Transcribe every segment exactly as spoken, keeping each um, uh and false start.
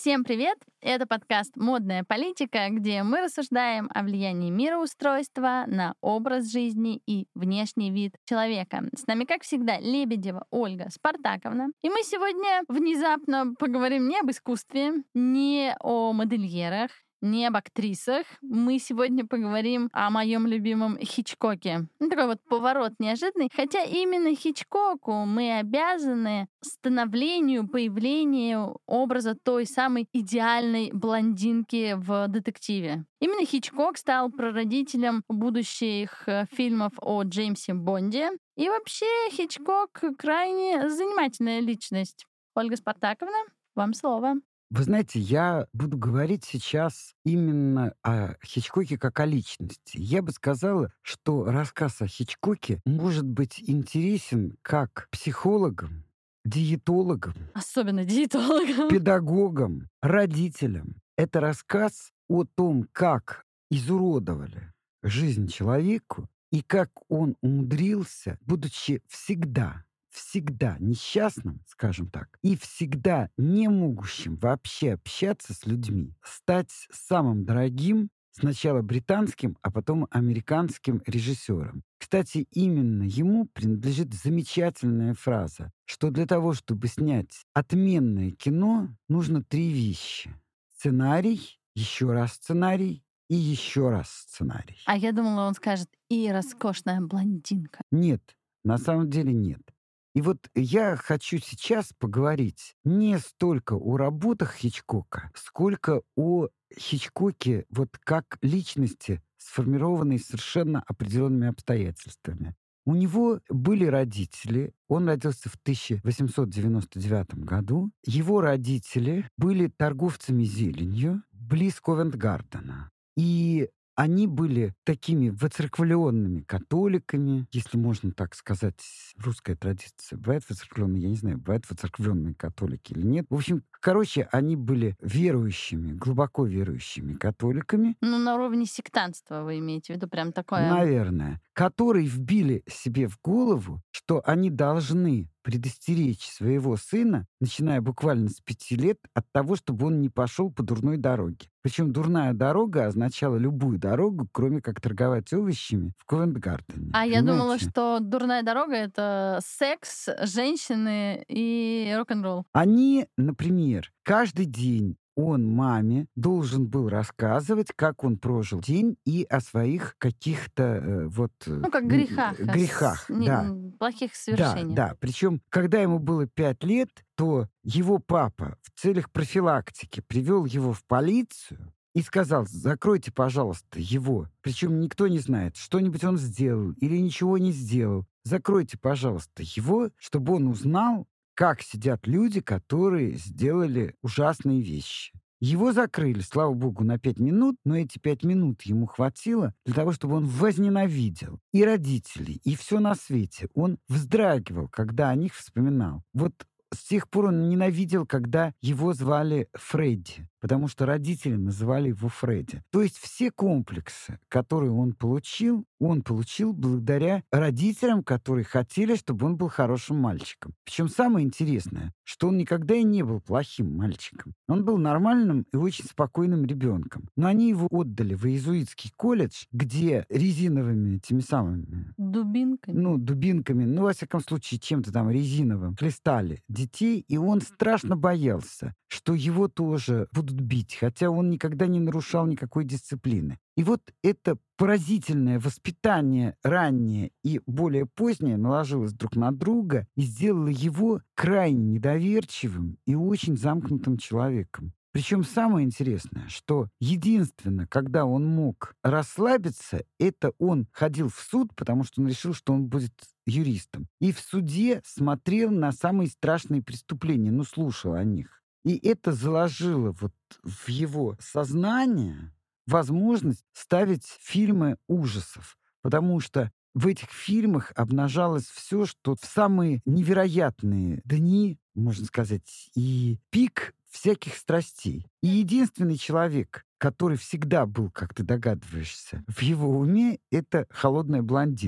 Всем привет! Это подкаст «Модная политика», где мы рассуждаем о влиянии мироустройства на образ жизни и внешний вид человека. С нами, как всегда, Лебедева Ольга Спартаковна. И мы сегодня внезапно поговорим не об искусстве, не о модельерах, не об актрисах. Мы сегодня поговорим о моем любимом Хичкоке. Ну, такой вот поворот неожиданный. Хотя именно Хичкоку мы обязаны становлению, появлению образа той самой идеальной блондинки в детективе. Именно Хичкок стал прародителем будущих э, фильмов о Джеймсе Бонде. И вообще Хичкок крайне занимательная личность. Ольга Спартаковна, вам слово. Вы знаете, я буду говорить сейчас именно о Хичкоке как о личности. Я бы сказала, что рассказ о Хичкоке может быть интересен как психологам, диетологам, Особенно диетологам. педагогам, родителям. Это рассказ о том, как изуродовали жизнь человеку и как он умудрился, будучи всегда всегда несчастным, скажем так, и всегда не могущим вообще общаться с людьми, стать самым дорогим сначала британским, а потом американским режиссером. Кстати, именно ему принадлежит замечательная фраза, что для того, чтобы снять отменное кино, нужно три вещи. Сценарий, еще раз сценарий и еще раз сценарий. А я думала, он скажет «и роскошная блондинка». Нет, на самом деле нет. И вот я хочу сейчас поговорить не столько о работах Хичкока, сколько о Хичкоке вот как личности, сформированной совершенно определенными обстоятельствами. У него были родители, он родился в тысяча восемьсот девяносто девятом году. Его родители были торговцами зеленью близ Ковент-Гардена. И они были такими воцерквленными католиками, если можно так сказать, русская традиция. Бывает воцерквленные, я не знаю, бывают воцерквленные католики или нет. В общем, короче, они были верующими, глубоко верующими католиками. Ну, на уровне сектантства вы имеете в виду, прям такое. Наверное. Которые вбили себе в голову, что они должны предостеречь своего сына, начиная буквально с пяти лет, от того, чтобы он не пошел по дурной дороге. Причем дурная дорога означала любую дорогу, кроме как торговать овощами в Ковент-Гардене. А я Понимаете? думала, что дурная дорога — это секс, женщины и рок-н-ролл. Они, например, каждый день он маме должен был рассказывать, как он прожил день и о своих каких-то э, вот э, Ну, как н- грехах. э, грехах, с- не- да. м, Плохих Да, совершениях. да. Причем, когда ему было пять лет, то его папа в целях профилактики привел его в полицию и сказал: закройте, пожалуйста, его. Причем никто не знает, что-нибудь он сделал или ничего не сделал. Закройте, пожалуйста, его, чтобы он узнал, как сидят люди, которые сделали ужасные вещи. Его закрыли, слава богу, на пять минут, но эти пять минут ему хватило для того, чтобы он возненавидел и родителей, и все на свете. Он вздрагивал, когда о них вспоминал. Вот с тех пор он ненавидел, когда его звали Фредди, потому что родители называли его Фредди. То есть все комплексы, которые он получил, он получил благодаря родителям, которые хотели, чтобы он был хорошим мальчиком. Причем самое интересное, что он никогда и не был плохим мальчиком. Он был нормальным и очень спокойным ребенком. Но они его отдали в иезуитский колледж, где резиновыми этими самыми Дубинками. ну, дубинками, ну, во всяком случае, чем-то там резиновым хлестали детей, и он страшно боялся, что его тоже будут бить, хотя он никогда не нарушал никакой дисциплины. И вот это поразительное воспитание раннее и более позднее наложилось друг на друга и сделало его крайне недоверчивым и очень замкнутым человеком. Причем самое интересное, что единственное, когда он мог расслабиться, это он ходил в суд, потому что он решил, что он будет юристом. И в суде смотрел на самые страшные преступления, ну, слушал о них. И это заложило вот в его сознание возможность ставить фильмы ужасов. Потому что в этих фильмах обнажалось все, что в самые невероятные дни, можно сказать, и пик всяких страстей. И единственный человек, который всегда был, как ты догадываешься, в его уме, это холодная блондинка.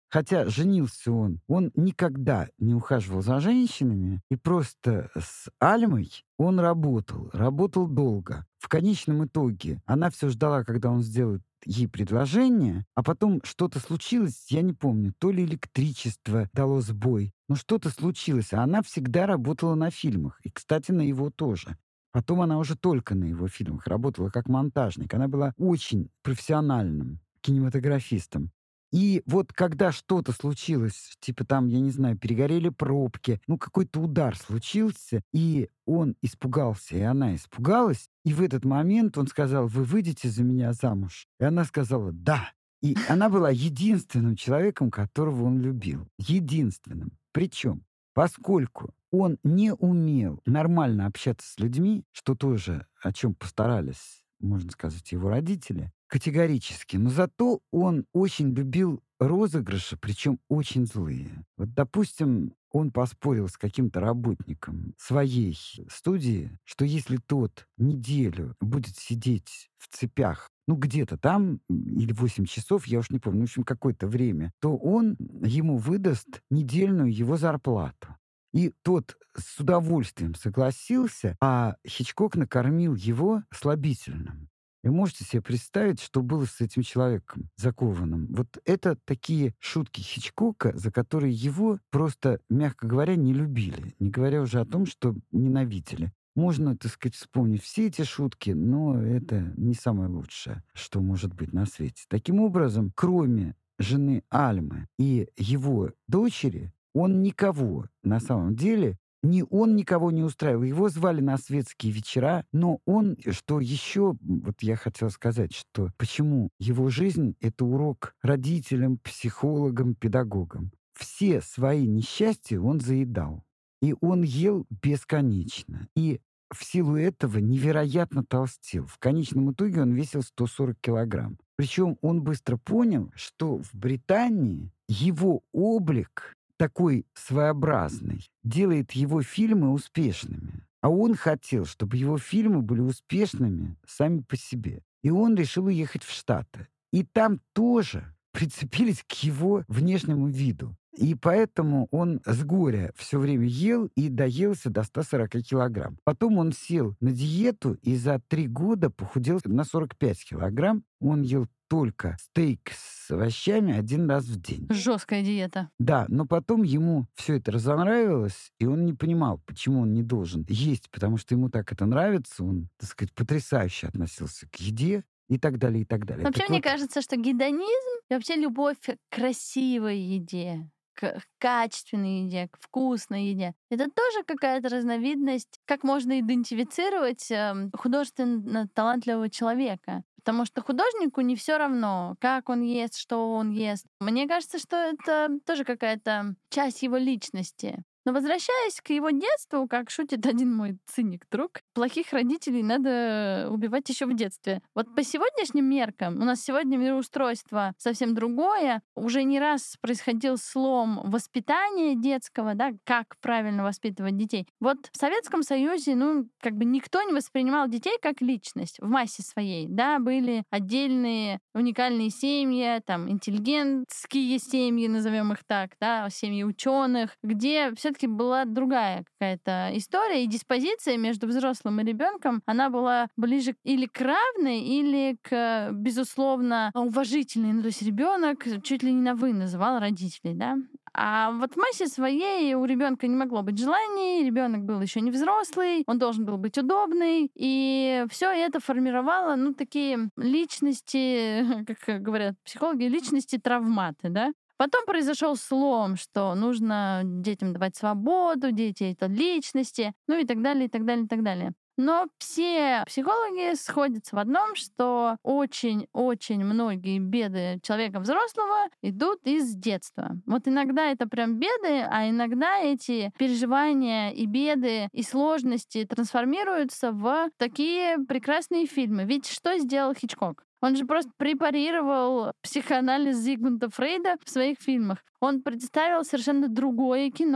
Хотя женился он, он никогда не ухаживал за женщинами, и просто с Альмой он работал, работал долго. В конечном итоге она все ждала, когда он сделает ей предложение, а потом что-то случилось, я не помню, то ли электричество дало сбой, но что-то случилось, а она всегда работала на фильмах, и, кстати, на его тоже. Потом она уже только на его фильмах работала как монтажник. Она была очень профессиональным кинематографистом. И вот когда что-то случилось, типа там, я не знаю, перегорели пробки, ну какой-то удар случился, и он испугался, и она испугалась, и в этот момент он сказал: «Вы выйдете за меня замуж?» И она сказала: «Да». И она была единственным человеком, которого он любил. Единственным. Причем, поскольку он не умел нормально общаться с людьми, что тоже о чем постарались, можно сказать, его родители, категорически. Но зато он очень любил розыгрыши, причем очень злые. Вот, допустим, он поспорил с каким-то работником своей студии, что если тот неделю будет сидеть в цепях, ну, где-то там, или восемь часов, я уж не помню, в общем, какое-то время, то он ему выдаст недельную его зарплату. И тот с удовольствием согласился, а Хичкок накормил его слабительным. И можете себе представить, что было с этим человеком закованным. Вот это такие шутки Хичкока, за которые его просто, мягко говоря, не любили. Не говоря уже о том, что ненавидели. Можно, так сказать, вспомнить все эти шутки, но это не самое лучшее, что может быть на свете. Таким образом, кроме жены Альмы и его дочери, он никого на самом деле, ни он никого не устраивал. Его звали на светские вечера, но он, что еще, вот я хотел сказать, что почему его жизнь — это урок родителям, психологам, педагогам. Все свои несчастья он заедал. И он ел бесконечно. И в силу этого невероятно толстел. В конечном итоге он весил сто сорок килограмм. Причем он быстро понял, что в Британии его облик такой своеобразный делает его фильмы успешными. А он хотел, чтобы его фильмы были успешными сами по себе. И он решил уехать в Штаты. И там тоже прицепились к его внешнему виду. И поэтому он с горя все время ел и доелся до ста сорока килограмм. Потом он сел на диету и за три года похудел на сорок пять килограмм. Он ел только стейк с овощами один раз в день. Жесткая диета. Да, но потом ему все это разонравилось, и он не понимал, почему он не должен есть, потому что ему так это нравится. Он, так сказать, потрясающе относился к еде. И так далее, и так далее. Вообще, Так мне вот, кажется, что гедонизм и вообще любовь к красивой еде, к качественной еде, к вкусной еде, это тоже какая-то разновидность, как можно идентифицировать эм, художественно талантливого человека. Потому что художнику не все равно, как он ест, что он ест. Мне кажется, что это тоже какая-то часть его личности. Но возвращаясь к его детству, как шутит один мой циник-друг, плохих родителей надо убивать еще в детстве. Вот по сегодняшним меркам, у нас сегодня мироустройство совсем другое. Уже не раз происходил слом воспитания детского, да, как правильно воспитывать детей. Вот в Советском Союзе, ну, как бы никто не воспринимал детей как личность в массе своей, да, были отдельные уникальные семьи, там, интеллигентские семьи, назовем их так, да, семьи ученых, где все-таки была другая какая-то история, и диспозиция между взрослым и ребенком, она была ближе или к равной, или к, безусловно, уважительной. Ну, то есть ребенок чуть ли не на «вы» называл родителей, да. А вот в массе своей у ребенка не могло быть желаний, ребенок был еще не взрослый, он должен был быть удобный, и все это формировало, ну, такие личности, как говорят психологи, личности-травматы, да. Потом произошел слом, что нужно детям давать свободу, дети — это личности, ну и так далее, и так далее, и так далее. Но все психологи сходятся в одном, что очень-очень многие беды человека взрослого идут из детства. Вот иногда это прям беды, а иногда эти переживания и беды, и сложности трансформируются в такие прекрасные фильмы. Ведь что сделал Хичкок? Он же просто препарировал психоанализ Зигмунда Фрейда в своих фильмах. Он представил совершенно другое кино.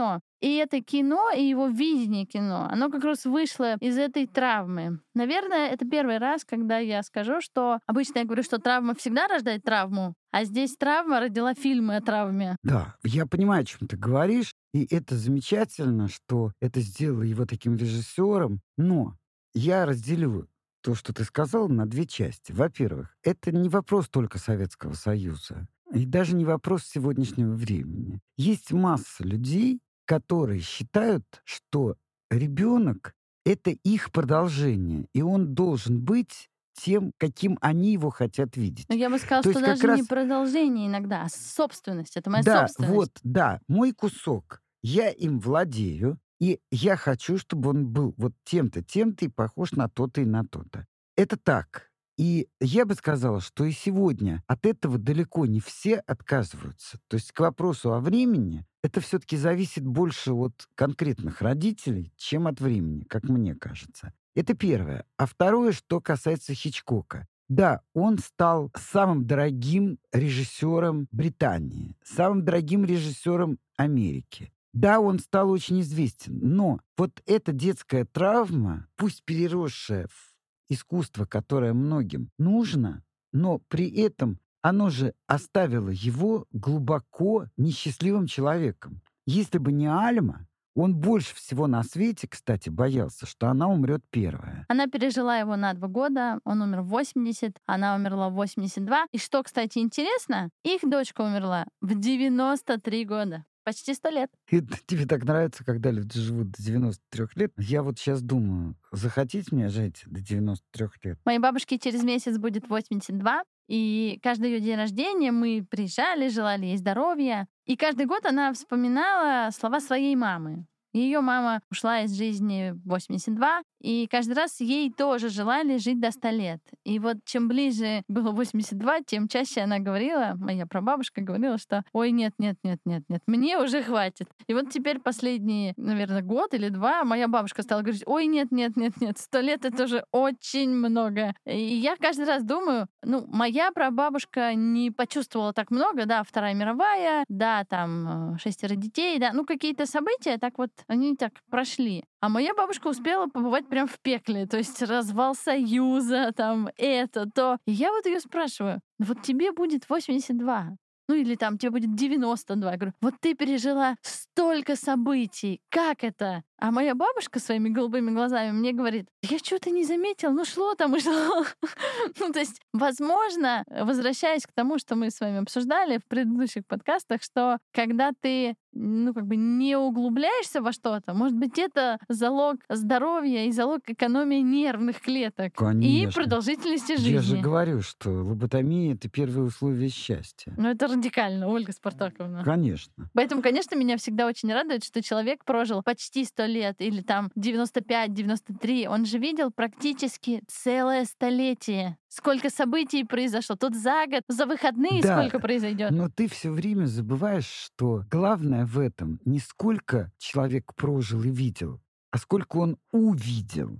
И это кино, и его видение кино, оно как раз вышло из этой травмы. Наверное, это первый раз, когда я скажу, что обычно я говорю, что травма всегда рождает травму, а здесь травма родила фильмы о травме. Да, я понимаю, о чем ты говоришь, и это замечательно, что это сделало его таким режиссером, но я разделю то, что ты сказал, на две части. Во-первых, это не вопрос только Советского Союза, и даже не вопрос сегодняшнего времени. Есть масса людей, которые считают, что ребенок — это их продолжение, и он должен быть тем, каким они его хотят видеть. Но я бы сказала, То что есть как даже раз... не продолжение иногда, а собственность. Это моя Да, собственность. вот, да, мой кусок. Я им владею, и я хочу, чтобы он был вот тем-то, тем-то и похож на то-то и на то-то. Это так. И я бы сказала, что и сегодня от этого далеко не все отказываются. То есть к вопросу о времени это все-таки зависит больше от конкретных родителей, чем от времени, как мне кажется. Это первое. А второе, что касается Хичкока. Да, он стал самым дорогим режиссером Британии, самым дорогим режиссером Америки. Да, он стал очень известен, но вот эта детская травма, пусть переросшая в искусство, которое многим нужно, но при этом оно же оставило его глубоко несчастливым человеком. Если бы не Альма, он больше всего на свете, кстати, боялся, что она умрет первая. Она пережила его на два года, он умер в восемьдесят, она умерла в восемьдесят два. И что, кстати, интересно, их дочка умерла в девяносто три года. Почти сто лет. И тебе так нравится, когда люди живут до девяноста трёх лет? Я вот сейчас думаю, захотите мне жить до девяноста трёх лет? Моей бабушке через месяц будет восемьдесят два, и каждый ее день рождения мы приезжали, желали ей здоровья. И каждый год она вспоминала слова своей мамы. Ее мама ушла из жизни в восемьдесят два, и каждый раз ей тоже желали жить до ста лет. И вот чем ближе было восемьдесят два, тем чаще она говорила, моя прабабушка говорила, что «Ой, нет, нет, нет, нет, нет, мне уже хватит». И вот теперь последний, наверное, год или два моя бабушка стала говорить «Ой, нет, нет, нет, нет, сто лет — это уже очень много». И я каждый раз думаю, ну, моя прабабушка не почувствовала так много, да, Вторая мировая, да, там, шестеро детей, да, ну, какие-то события так вот они так прошли. А моя бабушка успела побывать прям в пекле, то есть развал Союза, там, это, то. И я вот ее спрашиваю, ну вот тебе будет восемьдесят два, ну или там тебе будет девяносто два. Я говорю, вот ты пережила столько событий, как это? А моя бабушка своими голубыми глазами мне говорит, я что-то не заметила, ну шло там и шло. Ну то есть, возможно, возвращаясь к тому, что мы с вами обсуждали в предыдущих подкастах, что когда ты ну, как бы не углубляешься во что-то, может быть, это залог здоровья и залог экономии нервных клеток и Конечно. продолжительности жизни. Я же говорю, что лоботомия — это первое условие счастья. Ну, это радикально, Ольга Спартаковна. Конечно. Поэтому, конечно, меня всегда очень радует, что человек прожил почти сто лет или там девяносто пять девяносто три. Он же видел практически целое столетие. Сколько событий произошло. Тут за год, за выходные Да, сколько произойдет. но ты все время забываешь, что главное в этом не сколько человек прожил и видел, а сколько он увидел.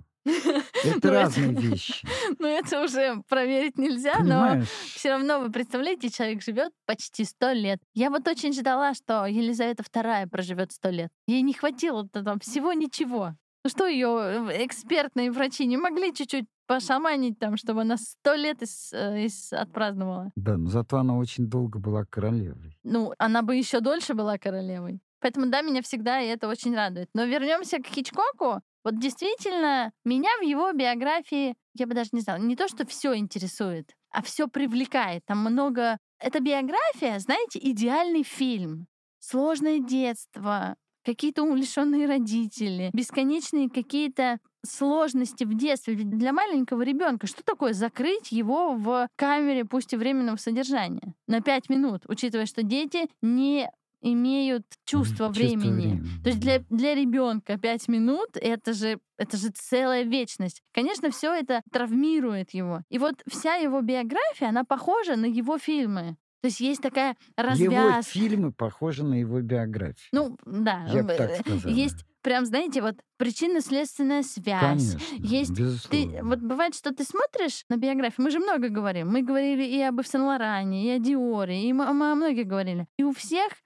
Это Ну, разные это- вещи. Ну, это уже проверить нельзя, но Понимаешь? все равно вы представляете, человек живет почти сто лет. Я вот очень ждала, что Елизавета вторая проживет сто лет. Ей не хватило там всего ничего. Ну что ее экспертные врачи не могли чуть-чуть пошаманить там, чтобы она сто лет из, э, из отпраздновала? Да, но зато она очень долго была королевой. Ну, она бы еще дольше была королевой. Поэтому, да, меня всегда и это очень радует. Но вернемся к Хичкоку. Вот действительно, меня в его биографии, я бы даже не знала, не то, что все интересует, а все привлекает. Там много... Эта биография, знаете, идеальный фильм. Сложное детство, какие-то умалишенные родители, бесконечные какие-то сложности в детстве. Ведь для маленького ребенка что такое закрыть его в камере, пусть и временного содержания, на пять минут, учитывая, что дети не имеют чувство Чувство времени. времени, То есть да. для, для ребенка пять минут это же, это же целая вечность. Конечно, все это травмирует его. И вот вся его биография, она похожа на его фильмы. То есть есть такая Его развязка. фильмы похожи на его биографию. Ну, да. Я бы так э, сказала. Есть прям, знаете, вот причинно-следственная связь. Конечно, Есть ты, безусловно. вот бывает, что ты смотришь на биографию, мы же много говорим. Мы говорили и об Ив Сен-Лоране, и о Диоре, и мы, мы о многих говорили. И у всех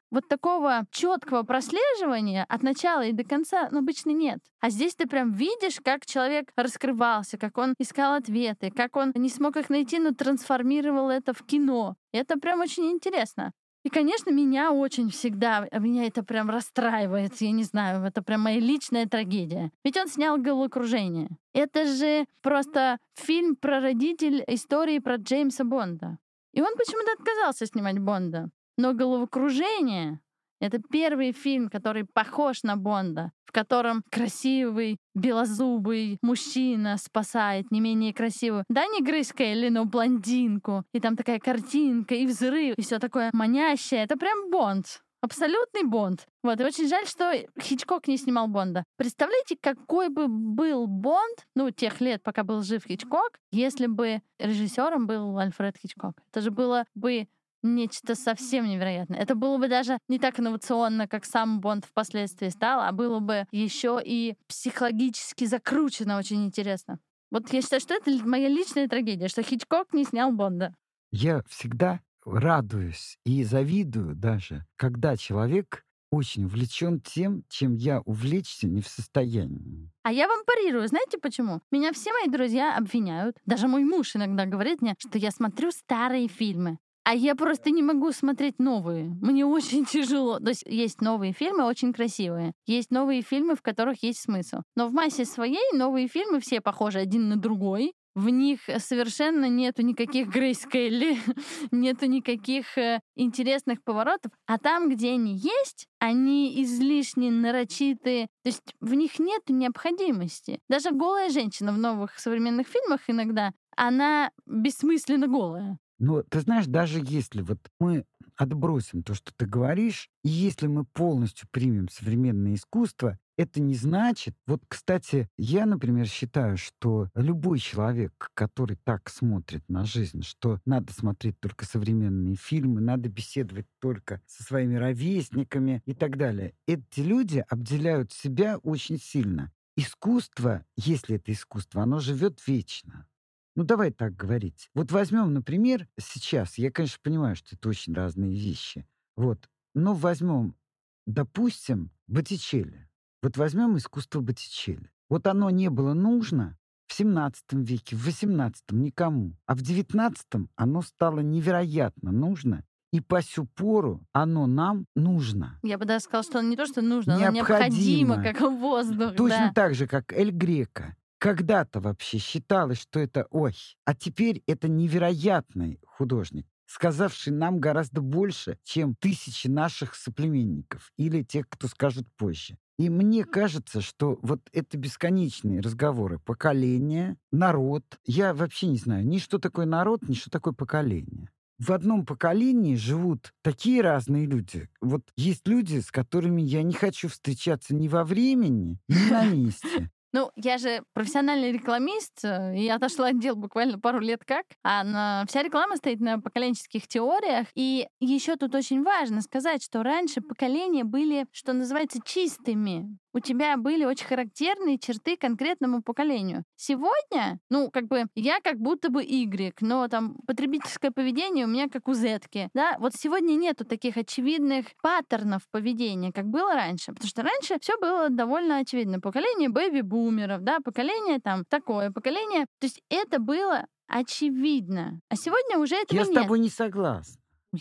вот такого четкого прослеживания от начала и до конца, ну, обычно нет. А здесь ты прям видишь, как человек раскрывался, как он искал ответы, как он не смог их найти, но трансформировал это в кино. Это прям очень интересно. И, конечно, меня очень всегда, а меня это прям расстраивает, я не знаю, это прям моя личная трагедия. Ведь он снял «Головокружение». Это же просто фильм про родитель истории про Джеймса Бонда. И он почему-то отказался снимать Бонда. Но «Головокружение» — это первый фильм, который похож на Бонда, в котором красивый, белозубый мужчина спасает не менее красивую, да, не Грейс Келли, но блондинку. И там такая картинка, и взрыв, и все такое манящее. Это прям Бонд. Абсолютный Бонд. Вот, и очень жаль, что Хичкок не снимал Бонда. Представляете, какой бы был Бонд, ну, тех лет, пока был жив Хичкок, если бы режиссером был Альфред Хичкок. Это же было бы нечто совсем невероятное. Это было бы даже не так инновационно, как сам Бонд впоследствии стал, а было бы еще и психологически закручено, очень интересно. Вот я считаю, что это моя личная трагедия, что Хичкок не снял Бонда. Я всегда радуюсь и завидую даже, когда человек очень увлечен тем, чем я увлечься не в состоянии. А я вам парирую. Знаете почему? Меня все мои друзья обвиняют. Даже мой муж иногда говорит мне, что я смотрю старые фильмы. А я просто не могу смотреть новые. Мне очень тяжело. То есть есть новые фильмы, очень красивые. Есть новые фильмы, в которых есть смысл. Но в массе своей новые фильмы все похожи один на другой. В них совершенно нету никаких Грейс Келли, нету никаких э, интересных поворотов. А там, где они есть, они излишне нарочитые. То есть в них нету необходимости. Даже голая женщина в новых современных фильмах иногда, она бессмысленно голая. Но ты знаешь, даже если вот мы отбросим то, что ты говоришь, и если мы полностью примем современное искусство, это не значит... Вот, кстати, я, например, считаю, что любой человек, который так смотрит на жизнь, что надо смотреть только современные фильмы, надо беседовать только со своими ровесниками и так далее, эти люди обделяют себя очень сильно. Искусство, если это искусство, оно живет вечно. Ну, давай так говорить. Вот возьмем, например, сейчас, я, конечно, понимаю, что это очень разные вещи, вот, но возьмем, допустим, Боттичелли. Вот возьмем искусство Боттичелли. Вот оно не было нужно в семнадцатом веке, в восемнадцатом никому, а в девятнадцатом оно стало невероятно нужно, и по сю пору оно нам нужно. Я бы даже сказала, что оно не то, что нужно, оно Необходимо. необходимо, как воздух. Точно Да. так же, как Эль Греко. Когда-то вообще считалось, что это ой, а теперь это невероятный художник, сказавший нам гораздо больше, чем тысячи наших соплеменников или тех, кто скажет позже. И мне кажется, что вот это бесконечные разговоры поколения, народ. Я вообще не знаю ни что такое народ, ни что такое поколение. В одном поколении живут такие разные люди. Вот есть люди, с которыми я не хочу встречаться ни во времени, ни на месте. Ну, я же профессиональный рекламист, э, и отошла от дел буквально пару лет как. А на... вся реклама стоит на поколенческих теориях. И еще тут очень важно сказать, что раньше поколения были, что называется, чистыми. У тебя были очень характерные черты конкретному поколению. Сегодня, ну, как бы, я как будто бы Y, но там потребительское поведение у меня как у Z-ки, да? Вот сегодня нету таких очевидных паттернов поведения, как было раньше. Потому что раньше все было довольно очевидно. Поколение бэби-бумеров, да, поколение там такое, поколение... То есть это было очевидно. А сегодня уже этого Я нет. с тобой не согласна.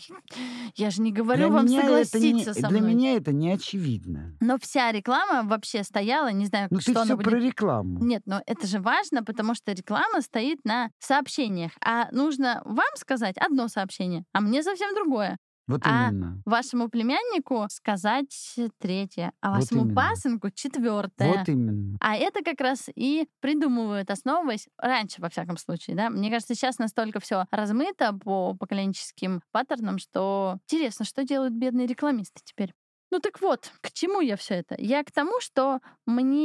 Я же не говорю Для вам меня это не, согласиться со для мной. меня это не очевидно. Но вся реклама вообще стояла, не знаю, Ну что ты она все будет. про рекламу. Нет, но это же важно, потому что реклама стоит на сообщениях. А нужно вам сказать одно сообщение, а мне совсем другое. Вот А именно. вашему племяннику сказать третье, а Вот вашему именно. пасынку четвертое. Вот именно. А это как раз и придумывают, основываясь раньше, во всяком случае, да. Мне кажется, сейчас настолько все размыто по поколенческим паттернам, что интересно, что делают бедные рекламисты теперь. Ну так вот, к чему я все это? Я к тому, что мне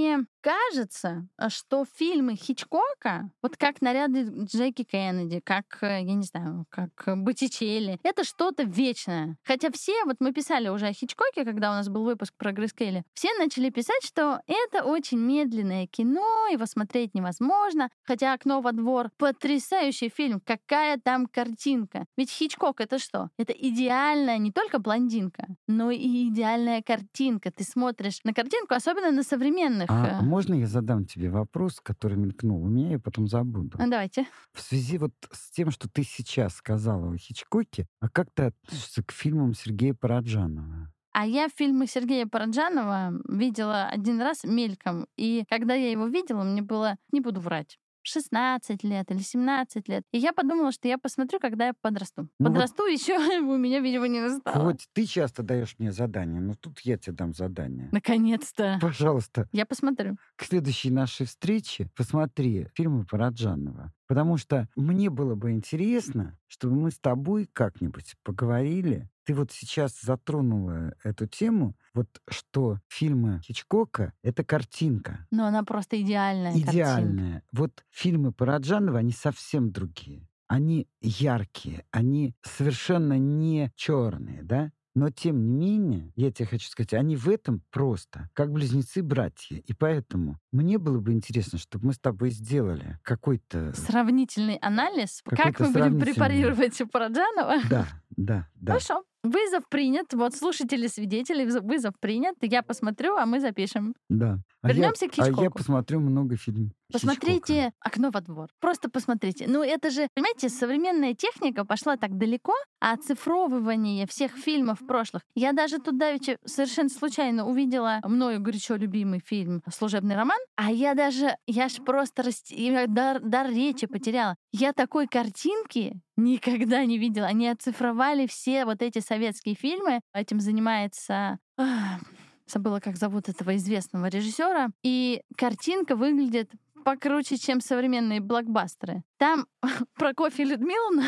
кажется, что фильмы Хичкока, вот как «Наряды Джеки Кеннеди», как, э, я не знаю, как э, «Боттичелли», это что-то вечное. Хотя все, вот мы писали уже о Хичкоке, когда у нас был выпуск про Грейс Келли, все начали писать, что это очень медленное кино, его смотреть невозможно. Хотя «Окно во двор» — потрясающий фильм, какая там картинка. Ведь Хичкок — это что? Это идеальная не только блондинка, но и идеальная картинка. Ты смотришь на картинку, особенно на современных. А э, можно я задам тебе вопрос, который мелькнул у меня, я потом забуду? а, Давайте. В связи вот с тем, что ты сейчас сказала о Хичкоке, а как ты относишься к фильмам Сергея Параджанова? А я фильмы Сергея Параджанова видела один раз мельком. И когда я его видела, мне было, не буду врать, шестнадцать лет или семнадцать лет. И я подумала, что я посмотрю, когда я подрасту. Ну вот, Подрасту еще у меня, видимо, не настало. хоть ты часто даешь мне задания, но тут я тебе дам задание. Наконец-то. Пожалуйста, Я посмотрю. к следующей нашей встрече посмотри фильмы Параджанова. Потому что мне было бы интересно, чтобы мы с тобой как-нибудь поговорили. Ты вот сейчас затронула эту тему, вот что фильмы Хичкока — это картинка. Но она просто идеальная картинка. Идеальная. Вот фильмы Параджанова, они совсем другие. Они яркие, они совершенно не черные, да? Но тем не менее, я тебе хочу сказать, они в этом просто как близнецы-братья. И поэтому мне было бы интересно, чтобы мы с тобой сделали какой-то Сравнительный анализ. Как какой-то мы будем сравнительный. препарировать у Параджанова? Да, да, да, Хорошо. Вызов принят. Вот слушатели, свидетели, выз- вызов принят. Я посмотрю, а мы запишем. да. А я, Вернемся к а я Хичкоку. посмотрю много фильмов Хичкока. Посмотрите «Окно во двор». Просто посмотрите. Ну, это же, понимаете, современная техника пошла так далеко, а оцифровывание всех фильмов прошлых. Я даже тут давеча совершенно случайно увидела мною горячо любимый фильм «Служебный роман», а я даже, я ж просто расти- я дар, дар речи потеряла. Я такой картинки никогда не видела. Они оцифровали все вот эти советские фильмы. Этим занимается... ах, забыла, как зовут этого известного режиссера. И картинка выглядит покруче, чем современные блокбастеры. Там Прокофья Людмиловна,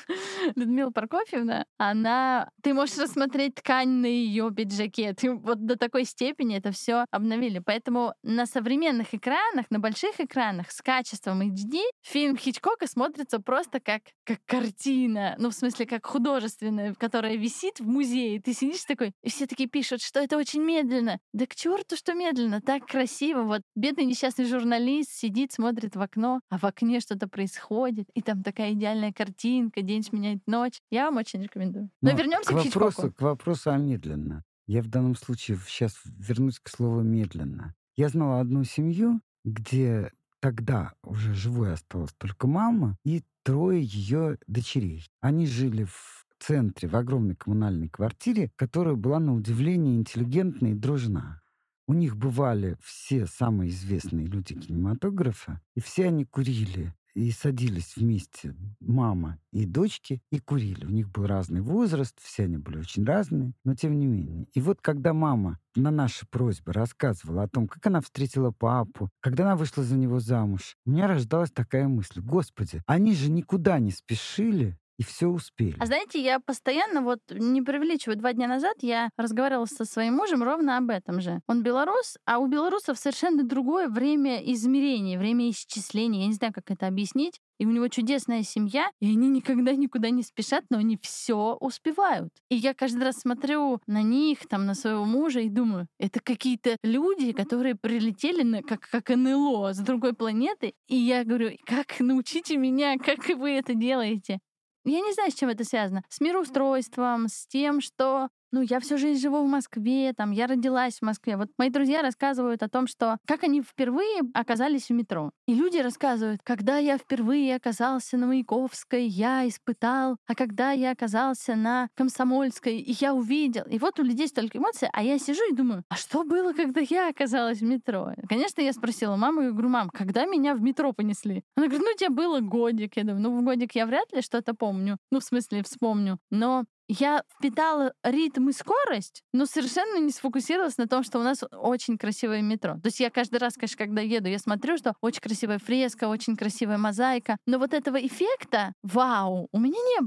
Людмила Прокофьевна, она... Ты можешь рассмотреть ткань на ее пиджаке. Ты вот до такой степени это все обновили. Поэтому на современных экранах, на больших экранах с качеством эйч ди фильм Хичкока смотрится просто как, как картина. Ну, в смысле, как художественная, которая висит в музее. Ты сидишь такой, и все такие пишут, что это очень медленно. Да к черту, что медленно. Так красиво. Вот бедный несчастный журналист сидит, смотрит в окно, а в окне что-то происходит, и там такая идеальная картинка, день сменяет ночь. Я вам очень рекомендую. Но, Но вернемся к к вопросу, Хичкоку. к вопросу о медленно. Я в данном случае сейчас вернусь к слову медленно. Я знала одну семью, где тогда уже живой осталась только мама и трое ее дочерей. Они жили в центре, в огромной коммунальной квартире, которая была на удивление интеллигентна и дружна. У них бывали все самые известные люди кинематографа, и все они курили. И садились вместе мама и дочки и курили. У них был разный возраст, все они были очень разные, но тем не менее. И вот когда мама на наши просьбы рассказывала о том, как она встретила папу, когда она вышла за него замуж, у меня рождалась такая мысль: Господи, они же никуда не спешили и все успели. А знаете, я постоянно, вот не преувеличиваю, два дня назад я разговаривала со своим мужем ровно об этом же. Он белорус, а у белорусов совершенно другое время измерения, время исчисления. Я не знаю, как это объяснить. И у него чудесная семья, и они никогда никуда не спешат, но они все успевают. И я каждый раз смотрю на них, там, на своего мужа, и думаю, это какие-то люди, которые прилетели на, как, как эн эл о с другой планеты. И я говорю, как научите меня, как вы это делаете? Я не знаю, с чем это связано. С мироустройством, с тем, что ну, я всю жизнь живу в Москве, там, я родилась в Москве. Вот мои друзья рассказывают о том, что как они впервые оказались в метро. И люди рассказывают, когда я впервые оказался на Маяковской, я испытал, а когда я оказался на Комсомольской, и я увидел. И вот у людей столько эмоций, а я сижу и думаю, а что было, когда я оказалась в метро? Конечно, я спросила маму, и говорю, мам, когда меня в метро понесли? Она говорит, ну, тебе было годик. Я думаю, ну, в годик я вряд ли что-то помню. Ну, в смысле, вспомню. Но я впитала ритм и скорость, но совершенно не сфокусировалась на том, что у нас очень красивое метро. То есть я каждый раз, конечно, когда еду, я смотрю, что очень красивая фреска, очень красивая мозаика. Но вот этого эффекта, вау, у меня не было.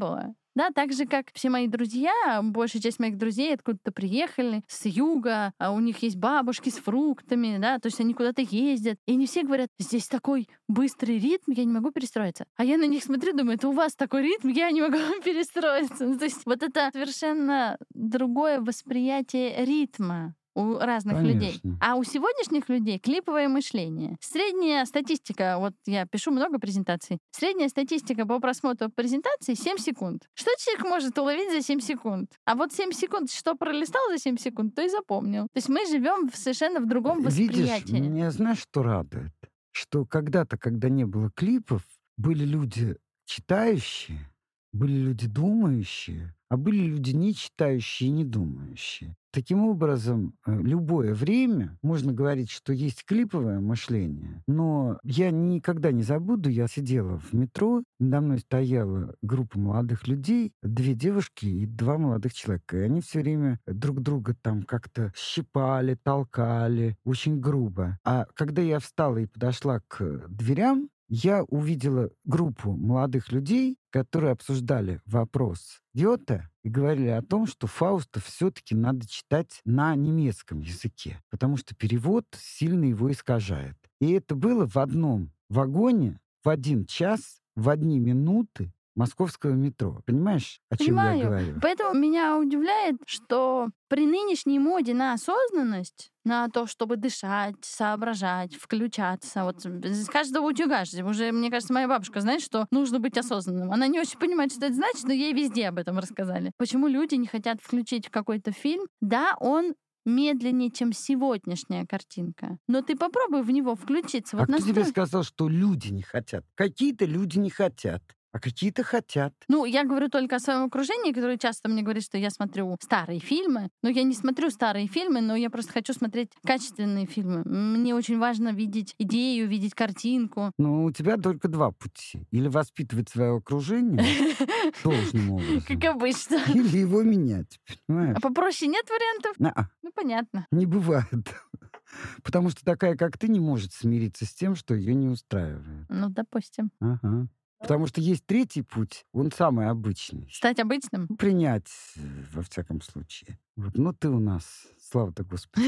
Да, так же, как все мои друзья, большая часть моих друзей откуда-то приехали с юга, а у них есть бабушки с фруктами, да, то есть они куда-то ездят. И они все говорят, здесь такой быстрый ритм, я не могу перестроиться. А я на них смотрю, думаю, это у вас такой ритм, я не могу перестроиться. Ну, то есть вот это совершенно другое восприятие ритма у разных людей. Конечно. А у сегодняшних людей клиповое мышление. Средняя статистика, вот я пишу много презентаций, средняя статистика по просмотру презентации семь секунд. Что человек может уловить за семь секунд? А вот семь секунд, что пролистал за семь секунд, то и запомнил. То есть мы живем в совершенно в другом Видишь, восприятии. меня знаешь, что радует? Что когда-то, когда не было клипов, были люди читающие, были люди думающие, а были люди не читающие и не думающие. Таким образом, э, любое время можно говорить, что есть клиповое мышление, но я никогда не забуду, я сидела в метро, надо мной стояла группа молодых людей, две девушки и два молодых человека. И они все время друг друга там как-то щипали, толкали, очень грубо. А когда я встала и подошла к дверям, я увидела группу молодых людей, которые обсуждали вопрос Гёте и говорили о том, что Фауста все-таки надо читать на немецком языке, потому что перевод сильно его искажает. И это было в одном вагоне в один час, в одни минуты московского метро. Понимаешь, о чем я Понимаю. говорю? Поэтому меня удивляет, что при нынешней моде на осознанность, на то, чтобы дышать, соображать, включаться, вот с каждого утюга же уже, мне кажется, моя бабушка знает, что нужно быть осознанным. Она не очень понимает, что это значит, но ей везде об этом рассказали. Почему люди не хотят включить какой-то фильм? Да, он медленнее, чем сегодняшняя картинка. Но ты попробуй в него включиться. А Вот кто тебе настрой. сказал, что люди не хотят? Какие-то люди не хотят, а какие-то хотят. Ну, я говорю только о своем окружении, которое часто мне говорит, что я смотрю старые фильмы. Но я не смотрю старые фильмы, но я просто хочу смотреть качественные фильмы. Мне очень важно видеть идею, видеть картинку. Но у тебя только два пути. Или воспитывать свое окружение должным Как образом, обычно. или его менять, А понимаешь? попроще нет вариантов? На-а, Ну, понятно. не бывает. Потому что такая, как ты, не может смириться с тем, что ее не устраивает. Ну, допустим. Ага. Потому что есть третий путь, он самый обычный. Стать обычным? Принять, э, во всяком случае. Вот, ну ты у нас, слава-то Господи,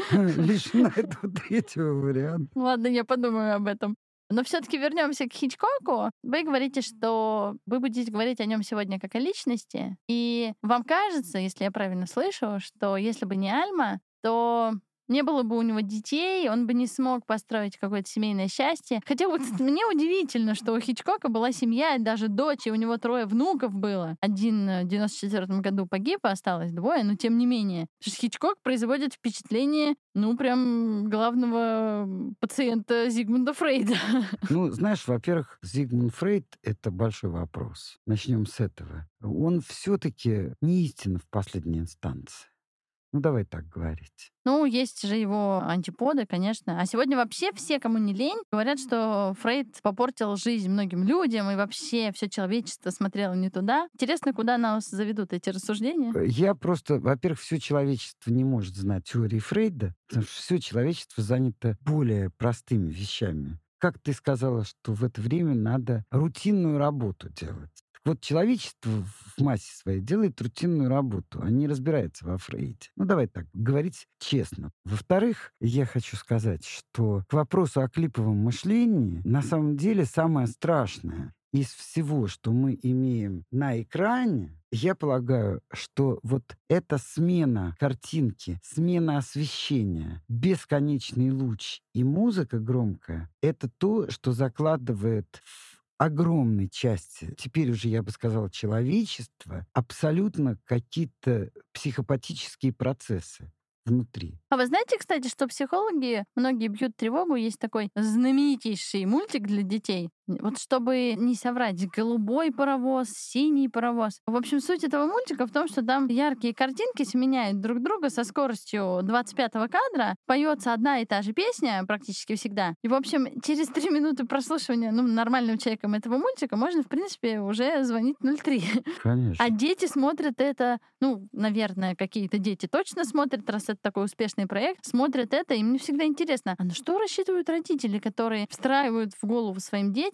лишена этого третьего варианта. Ладно, я подумаю об этом. Но все-таки вернемся к Хичкоку. Вы говорите, что вы будете говорить о нем сегодня как о личности. И вам кажется, если я правильно слышу, что если бы не Альма, то не было бы у него детей, он бы не смог построить какое-то семейное счастье. Хотя вот мне удивительно, что у Хичкока была семья, и даже дочь, и у него трое внуков было. Один э, в девяносто четвёртом году погиб, а осталось двое, но тем не менее. Потому что Хичкок производит впечатление, ну, прям главного пациента Зигмунда Фрейда. Ну, знаешь, во-первых, Зигмунд Фрейд — это большой вопрос. Начнем с этого. Он все-таки не истина в последней инстанции. Ну, давай так говорить. Ну, есть же его антиподы, конечно. А сегодня вообще все, кому не лень, говорят, что Фрейд попортил жизнь многим людям, и вообще все человечество смотрело не туда. Интересно, куда нас заведут эти рассуждения? Э, Я просто, во-первых, все человечество не может знать теории Фрейда, потому что все человечество занято более простыми вещами. Как ты сказала, что в это время надо рутинную работу делать. Так вот, человечество в массе своей делает рутинную работу, а не разбирается во Фрейде. Ну, давай так, говорить честно. Во-вторых, я хочу сказать, что к вопросу о клиповом мышлении на самом деле самое страшное из всего, что мы имеем на экране, я полагаю, что вот эта смена картинки, смена освещения, бесконечный луч и музыка громкая — это то, что закладывает в огромной части, теперь уже, я бы сказал, человечества, абсолютно какие-то психопатические процессы внутри. А вы знаете, кстати, что психологи многие бьют тревогу? Есть такой знаменитейший мультик для детей. Вот чтобы не соврать, голубой паровоз, синий паровоз. В общем, суть этого мультика в том, что там яркие картинки сменяют друг друга со скоростью двадцать пятого кадра. Поется одна и та же песня практически всегда. И, в общем, через три минуты прослушивания ну, нормальным человеком этого мультика можно, в принципе, уже звонить ноль три. Конечно. А дети смотрят это, ну, наверное, какие-то дети точно смотрят, раз это такой успешный проект, смотрят это, и мне всегда интересно, а на что рассчитывают родители, которые встраивают в голову своим детям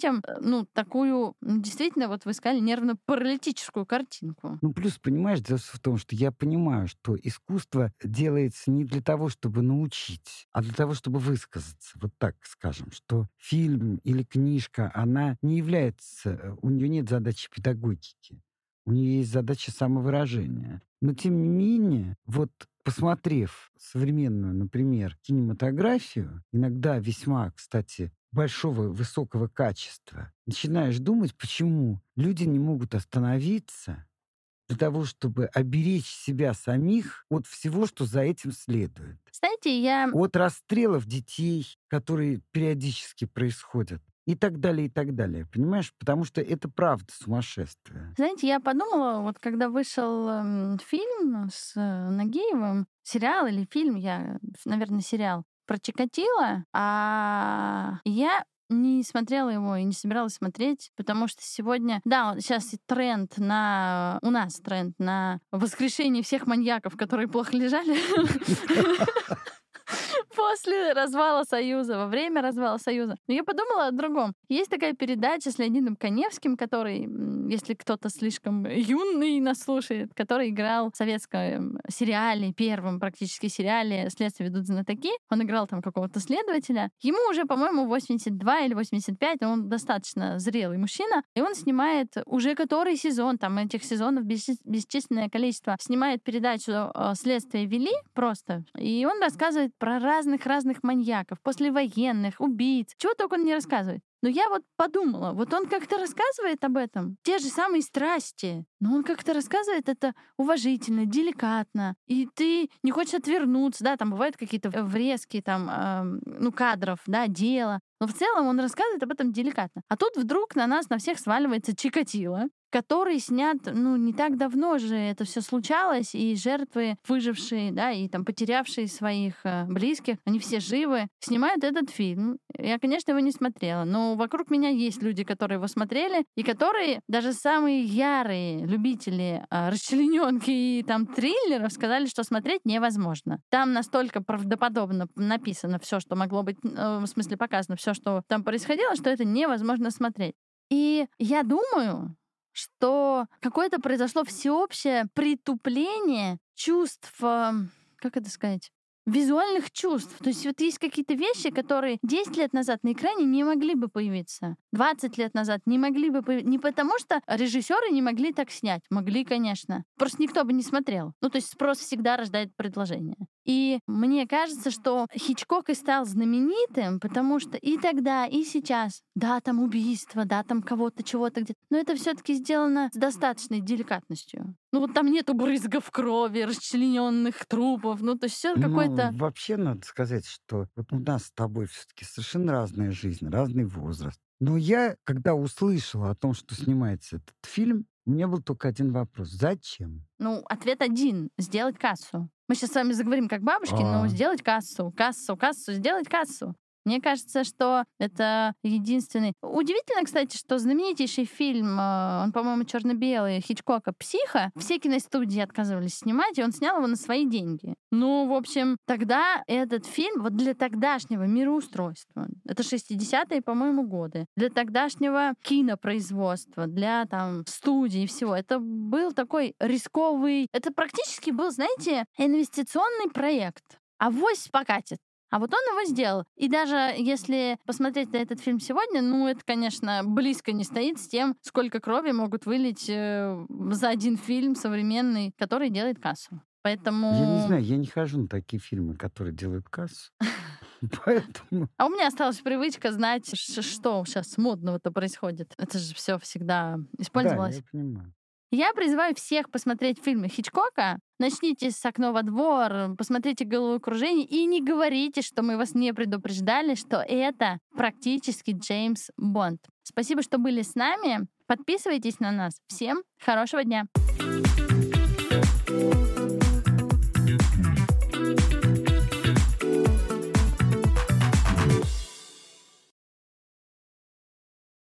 детям, э, ну, такую, ну, действительно, вот вы сказали, нервно-паралитическую картинку. Ну, плюс, понимаешь, дело в том, что я понимаю, что искусство делается не для того, чтобы научить, а для того, чтобы высказаться. Вот так скажем, что фильм или книжка, она не является, э, у нее нет задачи педагогики. У нее есть задача самовыражения. Но, тем не менее, вот посмотрев современную, например, кинематографию, иногда весьма, кстати, большого, высокого качества, начинаешь думать, почему люди не могут остановиться для того, чтобы оберечь себя самих от всего, что за этим следует. Знаете, я... От расстрелов детей, которые периодически происходят. И так далее, и так далее. Понимаешь? Потому что это правда сумасшествие. Знаете, я подумала, вот когда вышел эм, фильм с э, Нагиевым, сериал или фильм, я, наверное, сериал, про Чикатило, а я не смотрела его и не собиралась смотреть, потому что сегодня, да, сейчас тренд на... У нас тренд на воскрешение всех маньяков, которые плохо лежали. После развала Союза, во время развала Союза. Но я подумала о другом. Есть такая передача с Леонидом Каневским, который, м, если кто-то слишком юный нас слушает, который играл в советском сериале, первом практически сериале «Следствие ведут знатоки». Он играл там какого-то следователя. Ему уже, по-моему, восемьдесят два или восемьдесят пять, он достаточно зрелый мужчина, и он снимает уже который сезон, там этих сезонов бесчис- бесчисленное количество, снимает передачу э, «Следствие вели» просто, и он рассказывает про разных-разных маньяков, послевоенных, убийц, чего только он не рассказывает. Но я вот подумала, вот он как-то рассказывает об этом, те же самые страсти, но он как-то рассказывает это уважительно, деликатно, и ты не хочешь отвернуться, да, там бывают какие-то врезки там, эм, ну, кадров, да, дела, но в целом он рассказывает об этом деликатно. А тут вдруг на нас, на всех сваливается Чикатило, который снят, ну, не так давно же это все случалось, и жертвы, выжившие, да, и там потерявшие своих э, близких, они все живы, снимают этот фильм. Я, конечно, его не смотрела, но вокруг меня есть люди, которые его смотрели, и которые, даже самые ярые любители э, расчленёнки и там триллеров, сказали, что смотреть невозможно. Там настолько правдоподобно написано все, что могло быть, э, в смысле показано все, что там происходило, что это невозможно смотреть. И я думаю, что какое-то произошло всеобщее притупление чувств, э, как это сказать, визуальных чувств. То есть вот есть какие-то вещи, которые десять лет назад на экране не могли бы появиться, двадцать лет назад не могли бы появиться. Не потому, что режиссеры не могли так снять. Могли, конечно. Просто никто бы не смотрел. Ну, то есть спрос всегда рождает предложение. И мне кажется, что Хичкок и стал знаменитым, потому что и тогда, и сейчас, да, там убийство, да, там кого-то, чего-то где-то, но это все-таки сделано с достаточной деликатностью. Ну вот там нету брызгов крови, расчлененных трупов, ну то есть все какое-то... Ну, вообще надо сказать, что вот у нас с тобой все-таки совершенно разная жизнь, разный возраст. Но я, когда услышала о том, что снимается этот фильм, у меня был только один вопрос. Зачем? Ну, ответ один — сделать кассу. Мы сейчас с вами заговорим как бабушки, но А, сделать кассу, кассу, кассу, сделать кассу. Мне кажется, что это единственный... Удивительно, кстати, что знаменитейший фильм, э, он, по-моему, черно-белый, Хичкока «Психо», все киностудии отказывались снимать, и он снял его на свои деньги. Ну, в общем, тогда этот фильм, вот для тогдашнего мироустройства, это шестидесятые, по-моему, годы, для тогдашнего кинопроизводства, для там студий и всего, это был такой рисковый... Это практически был, знаете, инвестиционный проект. Авось покатит. А вот он его сделал. И даже если посмотреть на этот фильм сегодня, ну, это, конечно, близко не стоит с тем, сколько крови могут вылить э, за один фильм современный, который делает кассу. Поэтому... я не знаю, я не хожу на такие фильмы, которые делают кассу. Поэтому... А у меня осталась привычка знать, ш- что сейчас модного-то происходит. Это же все всегда Да, использовалось. я понимаю. Я призываю всех посмотреть фильмы Хичкока. Начните с «Окно во двор», посмотрите «Головокружение» и не говорите, что мы вас не предупреждали, что это практически Джеймс Бонд. Спасибо, что были с нами. Подписывайтесь на нас. Всем хорошего дня.